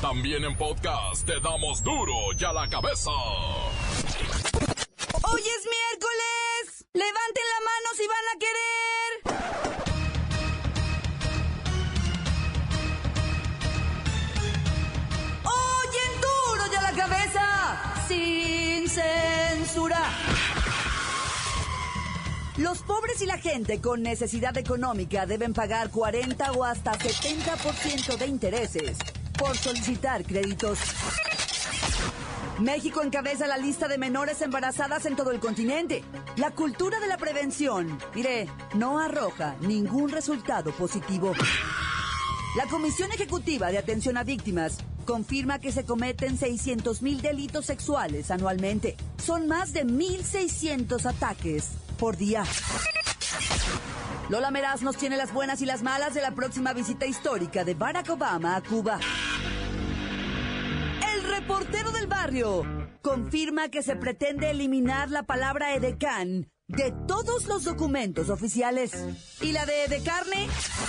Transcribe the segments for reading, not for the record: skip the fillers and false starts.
También en podcast te damos duro y a la cabeza. ¡Hoy es miércoles! ¡Levanten la mano si van a querer! ¡Hoy en duro y a la cabeza! ¡Sin censura! Los pobres y la gente con necesidad económica deben pagar 40 o hasta 70% de intereses por solicitar créditos. México encabeza la lista de menores embarazadas en todo el continente. La cultura de la prevención, no arroja ningún resultado positivo. La Comisión Ejecutiva de Atención a Víctimas confirma que se cometen 600,000 delitos sexuales anualmente. Son más de 1,600 ataques por día. Lola Meraz nos tiene las buenas y las malas de la próxima visita histórica de Barack Obama a Cuba. El reportero del barrio confirma que se pretende eliminar la palabra edecán de todos los documentos oficiales. ¿Y la de carne?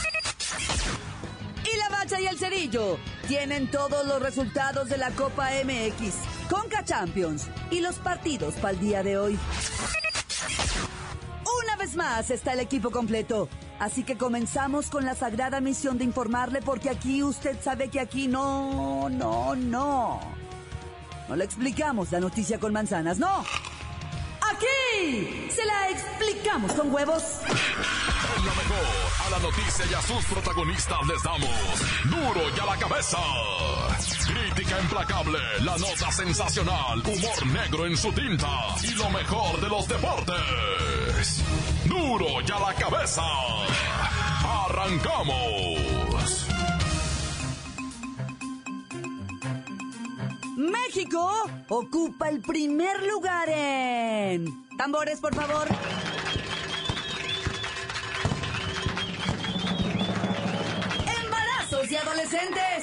Y la Bacha y el Cerillo tienen todos los resultados de la Copa MX, Conca Champions y los partidos para el día de hoy. Una vez más está el equipo completo, así que comenzamos con la sagrada misión de informarle, porque aquí usted sabe que aquí no le explicamos la noticia con manzanas, no. Aquí se la explicamos con huevos. En la mejor, a la noticia y a sus protagonistas les damos duro y a la cabeza. Crítica implacable, la nota sensacional, humor negro en su tinta y lo mejor de los deportes. Duro y a la cabeza. ¡Arrancamos! México ocupa el primer lugar en... Tambores, por favor. Embarazos y adolescentes.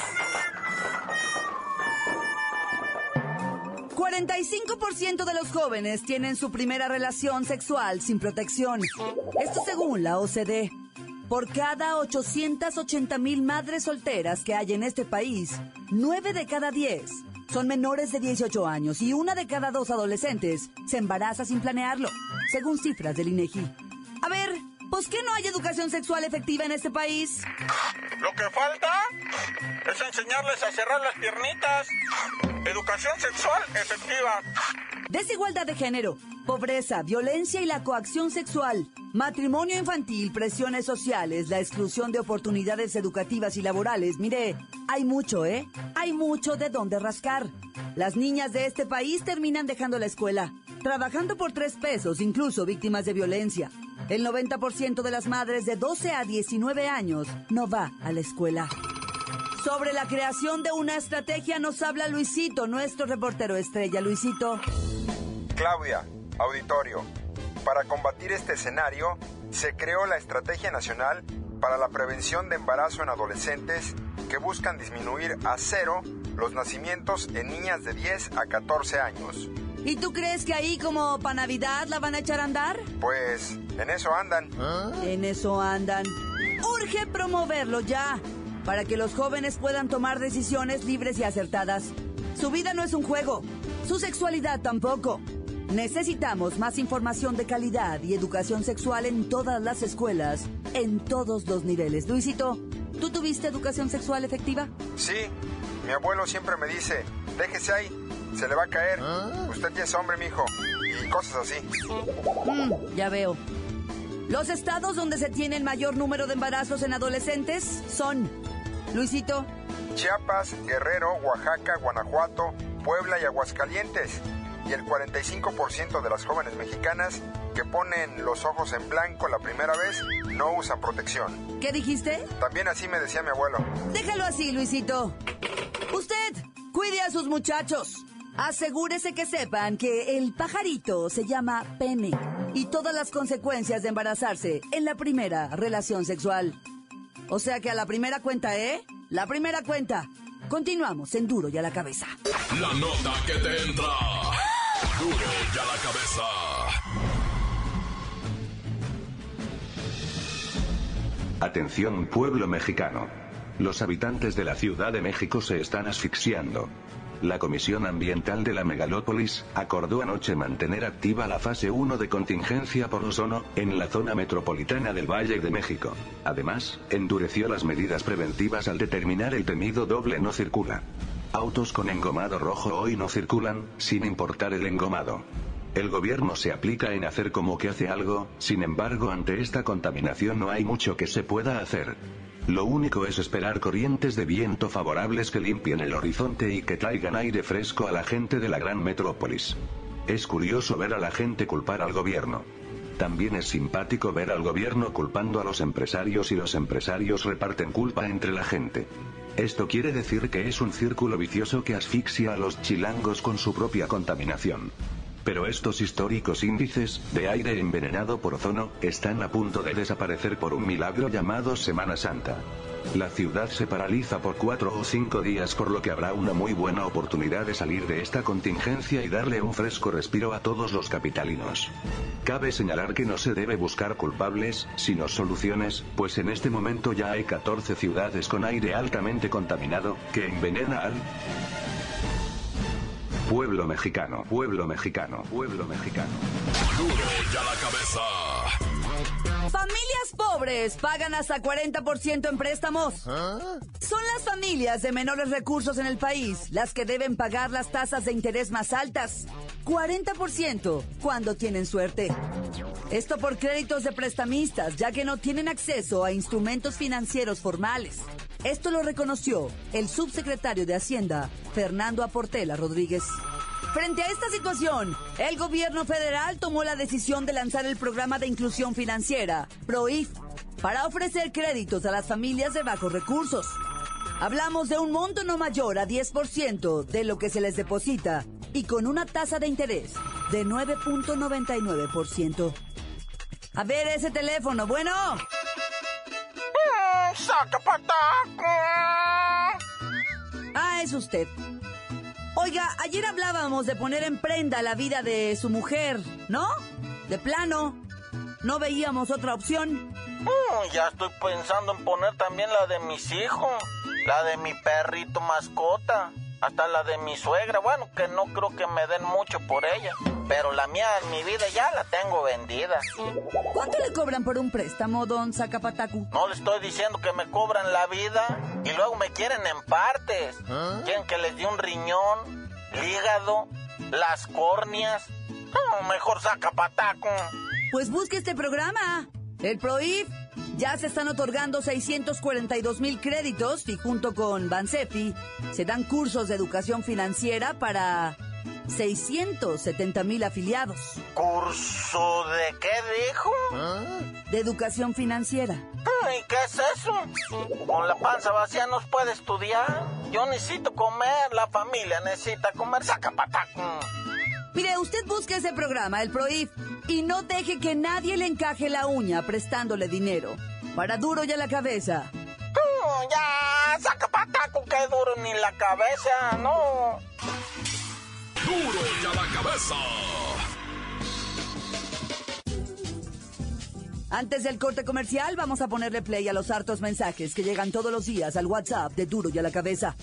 45% de los jóvenes tienen su primera relación sexual sin protección. Esto según la OCDE. Por cada 880,000 madres solteras que hay en este país, 9 de cada 10 son menores de 18 años y 1 de cada 2 adolescentes se embaraza sin planearlo, según cifras del INEGI. A ver, ¿pues qué no hay educación sexual efectiva en este país? Lo que falta es enseñarles a cerrar las piernitas. Educación sexual efectiva. Desigualdad de género, pobreza, violencia y la coacción sexual, matrimonio infantil, presiones sociales, la exclusión de oportunidades educativas y laborales. Mire, hay mucho, Hay mucho de dónde rascar. Las niñas de este país terminan dejando la escuela, trabajando por 3 pesos, incluso víctimas de violencia. El 90% de las madres de 12 a 19 años no va a la escuela. Sobre la creación de una estrategia nos habla Luisito, nuestro reportero estrella. Luisito. Claudia, auditorio, para combatir este escenario, se creó la Estrategia Nacional para la Prevención de Embarazo en Adolescentes, que buscan disminuir a 0 los nacimientos en niñas de 10 a 14 años. ¿Y tú crees que ahí como para Navidad la van a echar a andar? Pues, en eso andan. En eso andan. Urge promoverlo ya, para que los jóvenes puedan tomar decisiones libres y acertadas. Su vida no es un juego, su sexualidad tampoco. Necesitamos más información de calidad y educación sexual en todas las escuelas, en todos los niveles. Luisito, ¿tú tuviste educación sexual efectiva? Sí, mi abuelo siempre me dice, déjese ahí, se le va a caer. Usted ya es hombre, mijo. Y cosas así. Ya veo. Los estados donde se tiene el mayor número de embarazos en adolescentes son... Luisito. Chiapas, Guerrero, Oaxaca, Guanajuato, Puebla y Aguascalientes. Y el 45% de las jóvenes mexicanas que ponen los ojos en blanco la primera vez no usan protección. ¿Qué dijiste? También así me decía mi abuelo. Déjalo así, Luisito. Usted, cuide a sus muchachos. Asegúrese que sepan que el pajarito se llama pene y todas las consecuencias de embarazarse en la primera relación sexual. O sea que a la primera cuenta, La primera cuenta. Continuamos en Duro y a la Cabeza. La nota que te entra. Duro y a la cabeza. Atención, pueblo mexicano. Los habitantes de la Ciudad de México se están asfixiando. La Comisión Ambiental de la megalópolis acordó anoche mantener activa la fase 1 de contingencia por ozono en la zona metropolitana del Valle de México. Además, endureció las medidas preventivas al determinar el temido doble no circula. Autos con engomado rojo hoy no circulan, sin importar el engomado. El gobierno se aplica en hacer como que hace algo, sin embargo ante esta contaminación no hay mucho que se pueda hacer. Lo único es esperar corrientes de viento favorables que limpien el horizonte y que traigan aire fresco a la gente de la gran metrópolis. Es curioso ver a la gente culpar al gobierno. También es simpático ver al gobierno culpando a los empresarios y los empresarios reparten culpa entre la gente. Esto quiere decir que es un círculo vicioso que asfixia a los chilangos con su propia contaminación. Pero estos históricos índices de aire envenenado por ozono están a punto de desaparecer por un milagro llamado Semana Santa. La ciudad se paraliza por 4 o 5 días, por lo que habrá una muy buena oportunidad de salir de esta contingencia y darle un fresco respiro a todos los capitalinos. Cabe señalar que no se debe buscar culpables, sino soluciones, pues en este momento ya hay 14 ciudades con aire altamente contaminado, que envenena al pueblo mexicano, pueblo mexicano, pueblo mexicano. Duro y a la cabeza. Familias pobres pagan hasta 40% en préstamos. Son las familias de menores recursos en el país las que deben pagar las tasas de interés más altas. 40% cuando tienen suerte. Esto por créditos de prestamistas, ya que no tienen acceso a instrumentos financieros formales. Esto lo reconoció el subsecretario de Hacienda, Fernando Aportela Rodríguez. Frente a esta situación, el gobierno federal tomó la decisión de lanzar el programa de inclusión financiera, PROIF, para ofrecer créditos a las familias de bajos recursos. Hablamos de un monto no mayor a 10% de lo que se les deposita y con una tasa de interés de 9.99%. A ver ese teléfono, bueno. ¡Saca pataco! Ah, es usted. Oiga, ayer hablábamos de poner en prenda la vida de su mujer, ¿no? De plano, ¿no veíamos otra opción? Ya estoy pensando en poner también la de mis hijos, la de mi perrito mascota, hasta la de mi suegra. Bueno, que no creo que me den mucho por ella, pero la mía en mi vida ya la tengo vendida. ¿Cuánto le cobran por un préstamo, don Zacapatacu? No le estoy diciendo que me cobran la vida y luego me quieren en partes. Quieren que les dé un riñón, el hígado, las córneas. No, mejor Zacapatacu. Pues busque este programa, el PROIF. Ya se están otorgando 642,000 créditos y junto con Bansefi se dan cursos de educación financiera para 670,000 afiliados. ¿Curso de qué dijo? De educación financiera. ¿Y qué es eso? Con la panza vacía no se puede estudiar. Yo necesito comer, la familia necesita comer. Zacapataco. Mire, usted busque ese programa, el PROIF, y no deje que nadie le encaje la uña prestándole dinero. Para Duro y a la cabeza. Ya, Zacapataco, que duro ni la cabeza, no. Duro y a la cabeza. Antes del corte comercial, vamos a ponerle play a los hartos mensajes que llegan todos los días al WhatsApp de Duro y a la cabeza.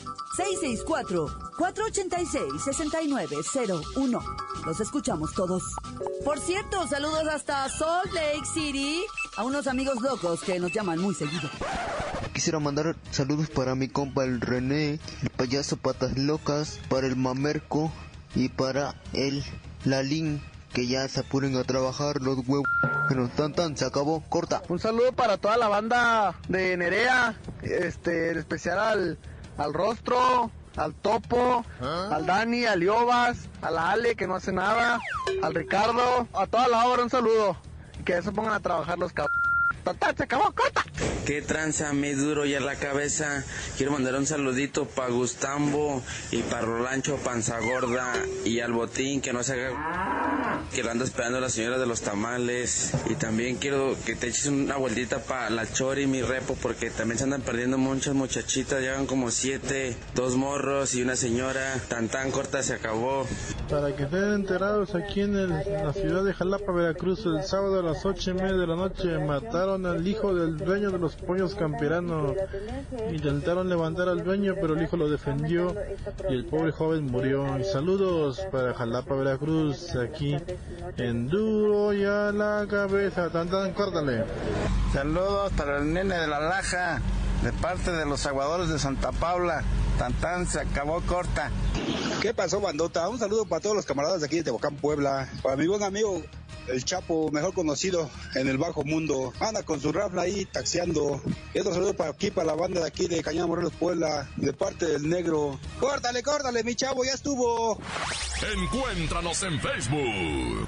664-486-6901. Los escuchamos todos. Por cierto, saludos hasta Salt Lake City a unos amigos locos que nos llaman muy seguido. Quisiera mandar saludos para mi compa el René, el payaso Patas Locas, para el Mamerco y para el Lalín, que ya se apuren a trabajar los huevos. Que nos tan, se acabó, corta. Un saludo para toda la banda de Nerea, en especial al Rostro, al Topo, al Dani, al Liobas, a la Ale que no hace nada, al Ricardo, a toda la obra un saludo. Y que se pongan a trabajar los cabrones. Se acabó, corta. Qué tranza, mi Duro y a la cabeza. Quiero mandar un saludito para Gustambo y para Rolancho Panza Gorda y al Botín que no se haga. que la anda esperando la señora de los tamales. Y también quiero que te eches una vueltita para la Chori, mi repo, porque también se andan perdiendo muchas muchachitas, llegan como 7, 2 morros y una señora. Tan corta se acabó. Para que estén enterados, aquí en la ciudad de Jalapa, Veracruz, el sábado a las 8:30 de la noche mataron al hijo del dueño de los pollos Campirano. Intentaron levantar al dueño, pero el hijo lo defendió y el pobre joven murió. Y saludos para Jalapa, Veracruz, aquí en Duro y a la Cabeza. Córtale. Saludos para el nene de la Laja, de parte de los aguadores de Santa Paula. Se acabó corta. ¿Qué pasó, bandota? Un saludo para todos los camaradas de aquí de Tehuacán, Puebla. Para mi buen amigo, el Chapo, mejor conocido en el bajo mundo. Anda con su rafla ahí taxiando. Y otro saludo para aquí, para la banda de aquí de Cañada Morelos, Puebla, de parte del Negro. Córtale, mi chavo, ya estuvo. Encuéntranos en Facebook,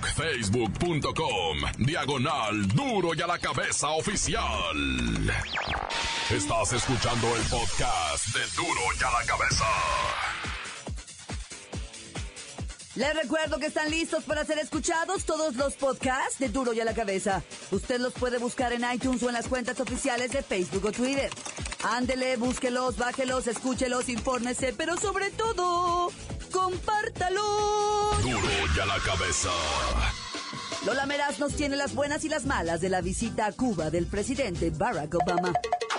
facebook.com/Duro y a la Cabeza Oficial. Estás escuchando el podcast de Duro y a la Cabeza. Les recuerdo que están listos para ser escuchados todos los podcasts de Duro y a la Cabeza. Usted los puede buscar en iTunes o en las cuentas oficiales de Facebook o Twitter. Ándele, búsquelos, bájelos, escúchelos, infórmese, pero sobre todo, compártalos. Duro y a la Cabeza. Lola Meraz nos tiene las buenas y las malas de la visita a Cuba del presidente Barack Obama.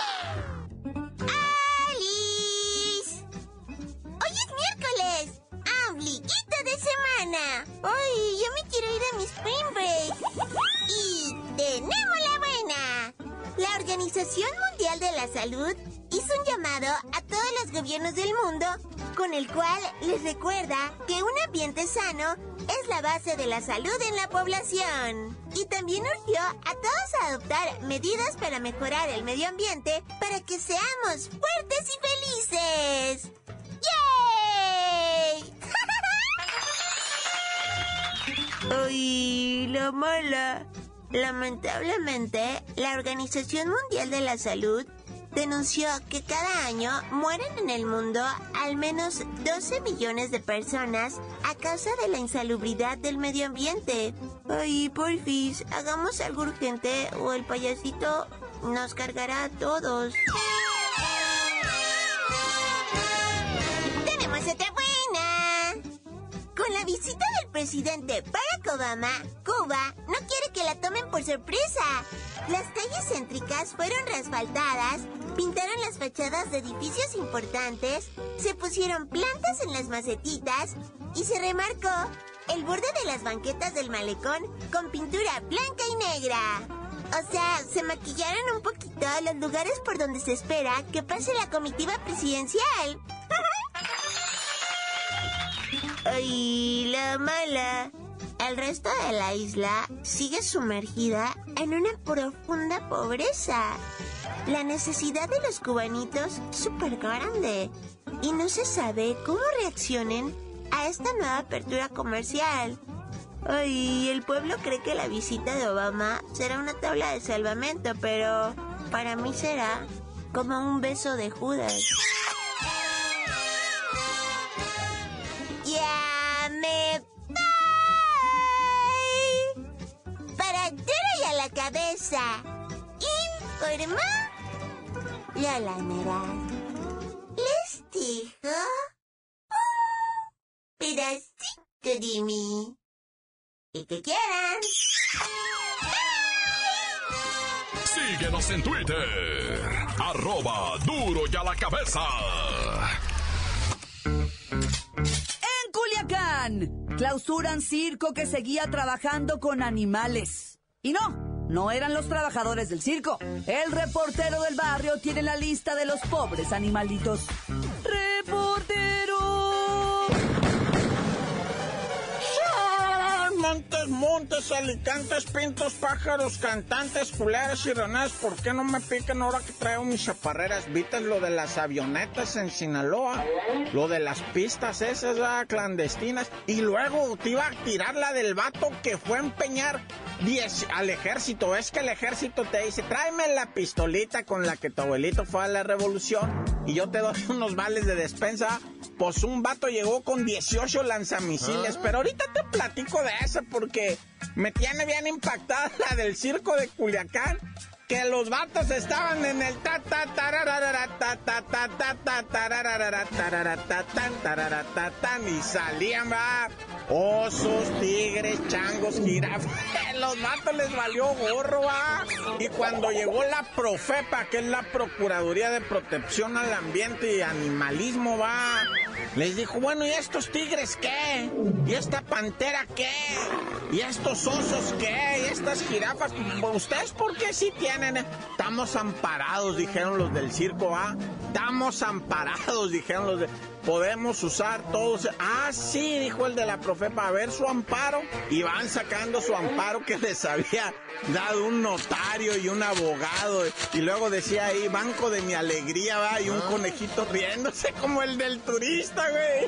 ¡Alice! ¡Hoy es miércoles! ¡Ombliguito de semana! ¡Ay, yo me quiero ir a mi spring break! ¡Y tenemos la buena! La Organización Mundial de la Salud hizo un llamado a todos los gobiernos del mundo con el cual les recuerda que un ambiente sano es la base de la salud en la población. Y también urgió a todos a adoptar medidas para mejorar el medio ambiente para que seamos fuertes y felices. ¡Yay! ¡Ay, la mala! Lamentablemente, la Organización Mundial de la Salud denunció que cada año mueren en el mundo al menos 12 millones de personas a causa de la insalubridad del medio ambiente. Ay, porfis, hagamos algo urgente o el payasito nos cargará a todos. ¡Tenemos otra buena! Con la visita del presidente Barack Obama, Cuba no quiere que la tomen por sorpresa. Las calles céntricas fueron reasfaltadas, pintaron las fachadas de edificios importantes, se pusieron plantas en las macetitas y se remarcó el borde de las banquetas del malecón con pintura blanca y negra. O sea, se maquillaron un poquito los lugares por donde se espera que pase la comitiva presidencial. ¡Ay, la mala! El resto de la isla sigue sumergida en una profunda pobreza. La necesidad de los cubanitos es súper grande y no se sabe cómo reaccionen a esta nueva apertura comercial. Ay, el pueblo cree que la visita de Obama será una tabla de salvamento, pero para mí será como un beso de Judas. ¡Ya me voy! Para Duro y a la Cabeza, informó Lola Meraz. Les dijo un pedacito de mí. Y que quieran. Síguenos en Twitter, @Duro y a la Cabeza. En Culiacán, clausuran circo que seguía trabajando con animales. Y no eran los trabajadores del circo. El reportero del barrio tiene la lista de los pobres animalitos. ¡Reportero! Montes, alicantes, pintos, pájaros, cantantes, culeras y renas, ¿por qué no me pican ahora que traigo mis chaparreras? ¿Viste lo de las avionetas en Sinaloa? Lo de las pistas esas clandestinas. Y luego te iba a tirar la del vato que fue a empeñar 10 al ejército. Es que el ejército te dice, tráeme la pistolita con la que tu abuelito fue a la revolución y yo te doy unos vales de despensa. pues un vato llegó con 18 lanzamisiles, pero ahorita te platico de esa porque me tiene bien impactada la del circo de Culiacán, que los vatos estaban en el y salían, va, osos, tigres, changos, jirafas. Los vatos les valió gorro, va. Y cuando llegó la Profepa, que es la Procuraduría de Protección al Ambiente y Animalismo, va, les dijo, bueno, ¿y estos tigres qué? ¿Y esta pantera qué? ¿Y estos osos qué? ¿Y estas jirafas? ¿Ustedes por qué sí tienen? Estamos amparados, dijeron los del circo, ¿ah? Estamos amparados, dijeron los de... Podemos usar todos... Ah, sí, dijo el de la Profepa, a ver su amparo. Y van sacando su amparo que les había dado un notario y un abogado. Y luego decía ahí, Banco de mi Alegría, va, y un conejito riéndose como el del turista, güey.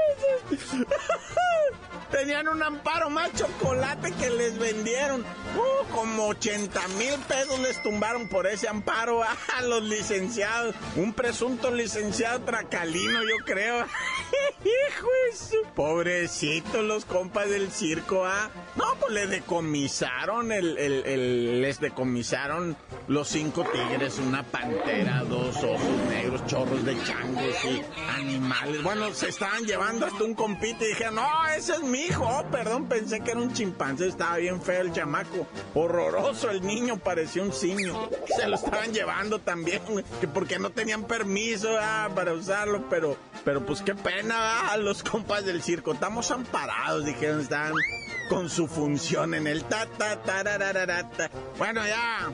Tenían un amparo más chocolate que les vendieron. Como 80,000 pesos les tumbaron por ese amparo a los licenciados. Un presunto licenciado tracalino, yo creo. Hijo de su... Pobrecitos los compas del circo, ¿ah? No, pues les decomisaron les decomisaron los 5 tigres, una pantera, 2 osos negros, chorros de changos y animales. Bueno, se estaban llevando hasta un compite y dije, no, ese es mi hijo. Oh, perdón, pensé que era un chimpancé, estaba bien feo el chamaco. Horroroso el niño, parecía un simio. Se lo estaban llevando también, que porque no tenían permiso para usarlo, pero pues qué pena, los compas del circo. Estamos amparados, dijeron, estaban con su función en el ta. Bueno, ya.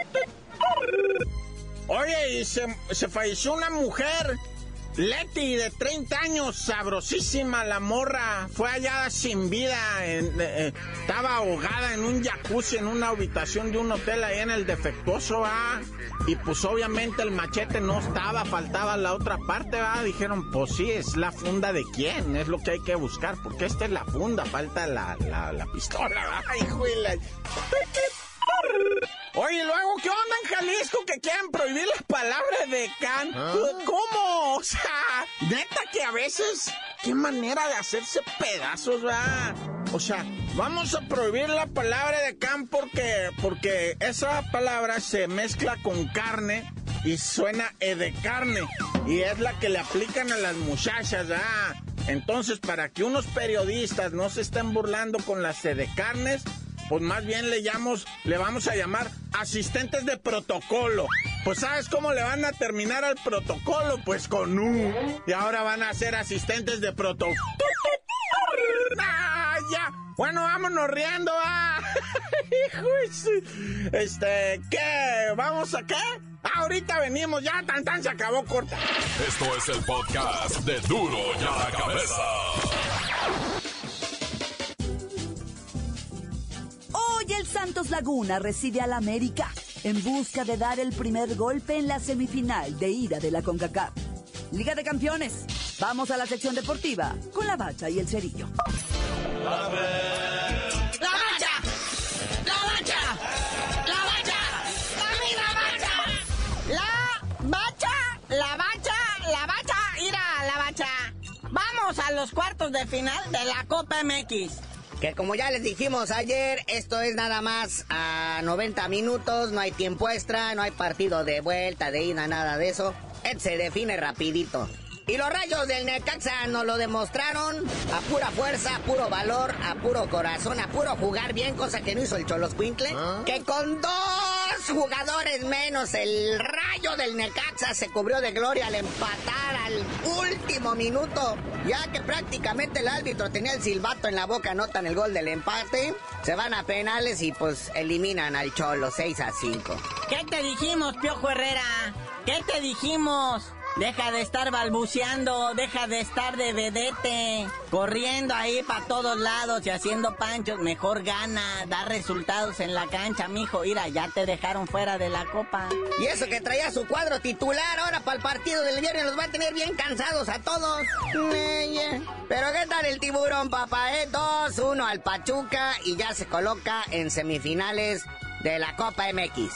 Oye, y se falleció una mujer, Leti, de 30 años, sabrosísima la morra, fue hallada sin vida, estaba ahogada en un jacuzzi en una habitación de un hotel ahí en el Defectuoso, ¿va? Y pues obviamente el machete no estaba, faltaba la otra parte, ¿va? Dijeron, pues sí, es la funda de quién, es lo que hay que buscar, porque esta es la funda, falta la pistola, ¿va? Hijo de la... Oye, luego, ¿qué onda en Jalisco que quieren prohibir las palabras de can? ¿Cómo? O sea, neta que a veces, qué manera de hacerse pedazos, ¿verdad? O sea, vamos a prohibir la palabra de can porque esa palabra se mezcla con carne y suena de carne. Y es la que le aplican a las muchachas, ¿verdad? Entonces, para que unos periodistas no se estén burlando con las edecarnes, pues más bien le vamos a llamar asistentes de protocolo. Pues ¿sabes cómo le van a terminar al protocolo? Pues con U. Y ahora van a ser asistentes de protocolo. ¡Ah, ya! Bueno, vámonos riendo, ¿ah? ¿Qué? ¿Vamos a qué? Ahorita venimos, ya, tan, se acabó corta. Esto es el podcast de Duro y a la Cabeza. Hoy el Santos Laguna recibe al América en busca de dar el primer golpe en la semifinal de ida de la CONCACAF. Liga de Campeones. Vamos a la sección deportiva con la Bacha y el Cerillo. ¡La Bacha! ¡La Bacha! ¡La Bacha! ¡La Bacha! ¡La Bacha! ¡La Bacha! ¡La Bacha! ¡Ira, la Bacha! Vamos a los cuartos de final de la Copa MX. Que como ya les dijimos ayer, esto es nada más a 90 minutos, no hay tiempo extra, no hay partido de vuelta, de ida, nada de eso. Se define rapidito. Y los Rayos del Necaxa nos lo demostraron a pura fuerza, a puro valor, a puro corazón, a puro jugar bien, cosa que no hizo el Xoloscuincle, que con 2 jugadores menos el Rayo del Necaxa se cubrió de gloria al empatar al último minuto, ya que prácticamente el árbitro tenía el silbato en la boca, anotan el gol del empate, se van a penales y pues eliminan al Cholo 6-5. ¿Qué te dijimos, Piojo Herrera? ¿Qué te dijimos? Deja de estar balbuceando, deja de estar de vedete, corriendo ahí para todos lados y haciendo panchos. Mejor gana, da resultados en la cancha, mijo. Mira, ya te dejaron fuera de la copa. Y eso que traía su cuadro titular, ahora para el partido del viernes los va a tener bien cansados a todos. Pero ¿qué tal el Tiburón, papá? 2-1 al Pachuca y ya se coloca en semifinales de la Copa MX.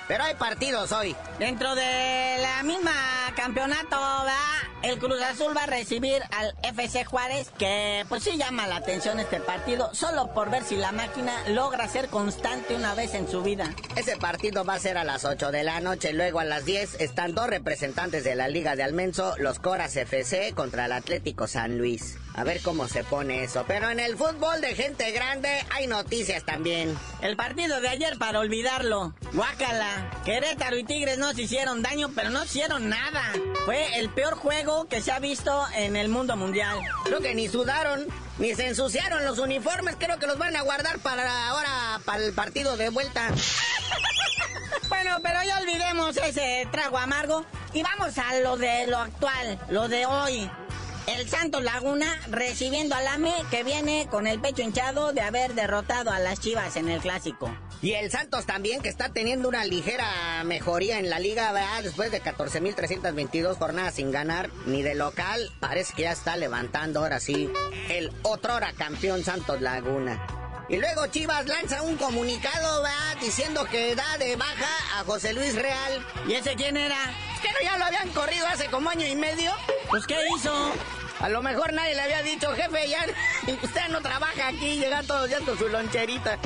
Pero hay partidos hoy. Dentro de la misma campeonato, ¿verdad? El Cruz Azul va a recibir al FC Juárez, que pues sí llama la atención este partido, solo por ver si la máquina logra ser constante una vez en su vida. Ese partido va a ser a las 8 de la noche, luego a las 10 están dos representantes de la Liga de Almenso, los Coras FC contra el Atlético San Luis. A ver cómo se pone eso. Pero en el fútbol de gente grande hay noticias también. El partido de ayer para olvidarlo. Guácala. Querétaro y Tigres no se hicieron daño, pero no hicieron nada. Fue el peor juego que se ha visto en el mundo mundial. Creo que ni sudaron, ni se ensuciaron los uniformes. Creo que los van a guardar para ahora, para el partido de vuelta. Bueno, pero ya olvidemos ese trago amargo y vamos a lo actual, lo de hoy. El Santos Laguna recibiendo al AME, que viene con el pecho hinchado de haber derrotado a las Chivas en el Clásico. Y el Santos también, que está teniendo una ligera mejoría en la liga, ¿verdad? Después de 14,322 jornadas sin ganar, ni de local, parece que ya está levantando ahora sí el otrora campeón Santos Laguna. Y luego Chivas lanza un comunicado, ¿verdad? Diciendo que da de baja a José Luis Real. ¿Y ese quién era? ¿Que no ya lo habían corrido hace como año y medio? Pues ¿qué hizo? A lo mejor nadie le había dicho, jefe, ya usted no trabaja aquí, llega todos los días con su loncherita.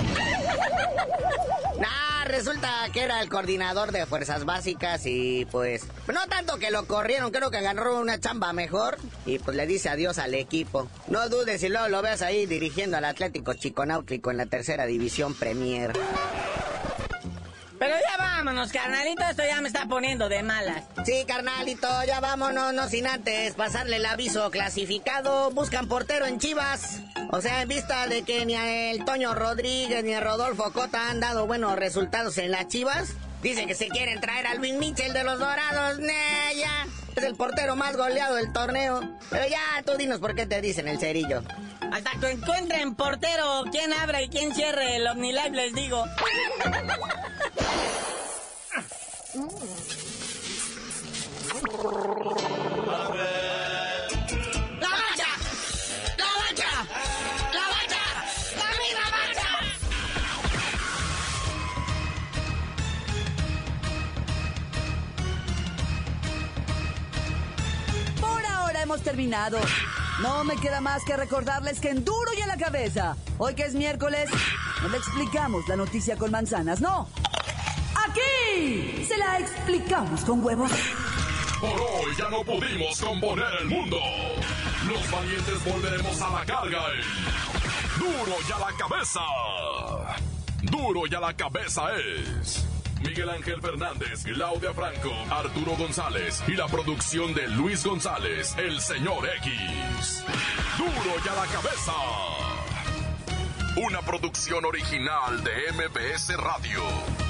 Nah, resulta que era el coordinador de Fuerzas Básicas y pues no tanto que lo corrieron, creo que agarró una chamba mejor y pues le dice adiós al equipo. No dudes si luego lo ves ahí dirigiendo al Atlético Chiconáutico en la 3ª División Premier. Pero ya vámonos, carnalito, esto ya me está poniendo de malas. Sí, carnalito, ya vámonos, no sin antes pasarle el aviso clasificado. Buscan portero en Chivas. O sea, en vista de que ni a el Toño Rodríguez ni a Rodolfo Cota han dado buenos resultados en las Chivas, dicen que se quieren traer a Luis Michel de los Dorados. Ya, es el portero más goleado del torneo. Pero ya, tú dinos por qué te dicen el cerillo. Hasta que encuentren portero, quién abra y quién cierre el OmniLife, les digo. Por ahora hemos terminado. No me queda más que recordarles que en Duro y a la Cabeza, hoy que es miércoles, no le explicamos la noticia con manzanas, no. Aquí se la explicamos con huevos. Por hoy ya no pudimos componer el mundo. Los valientes volveremos a la carga en Duro y a la Cabeza. Duro y a la Cabeza es Miguel Ángel Fernández, Claudia Franco, Arturo González y la producción de Luis González, el Señor X. Duro y a la Cabeza. Una producción original de MBS Radio.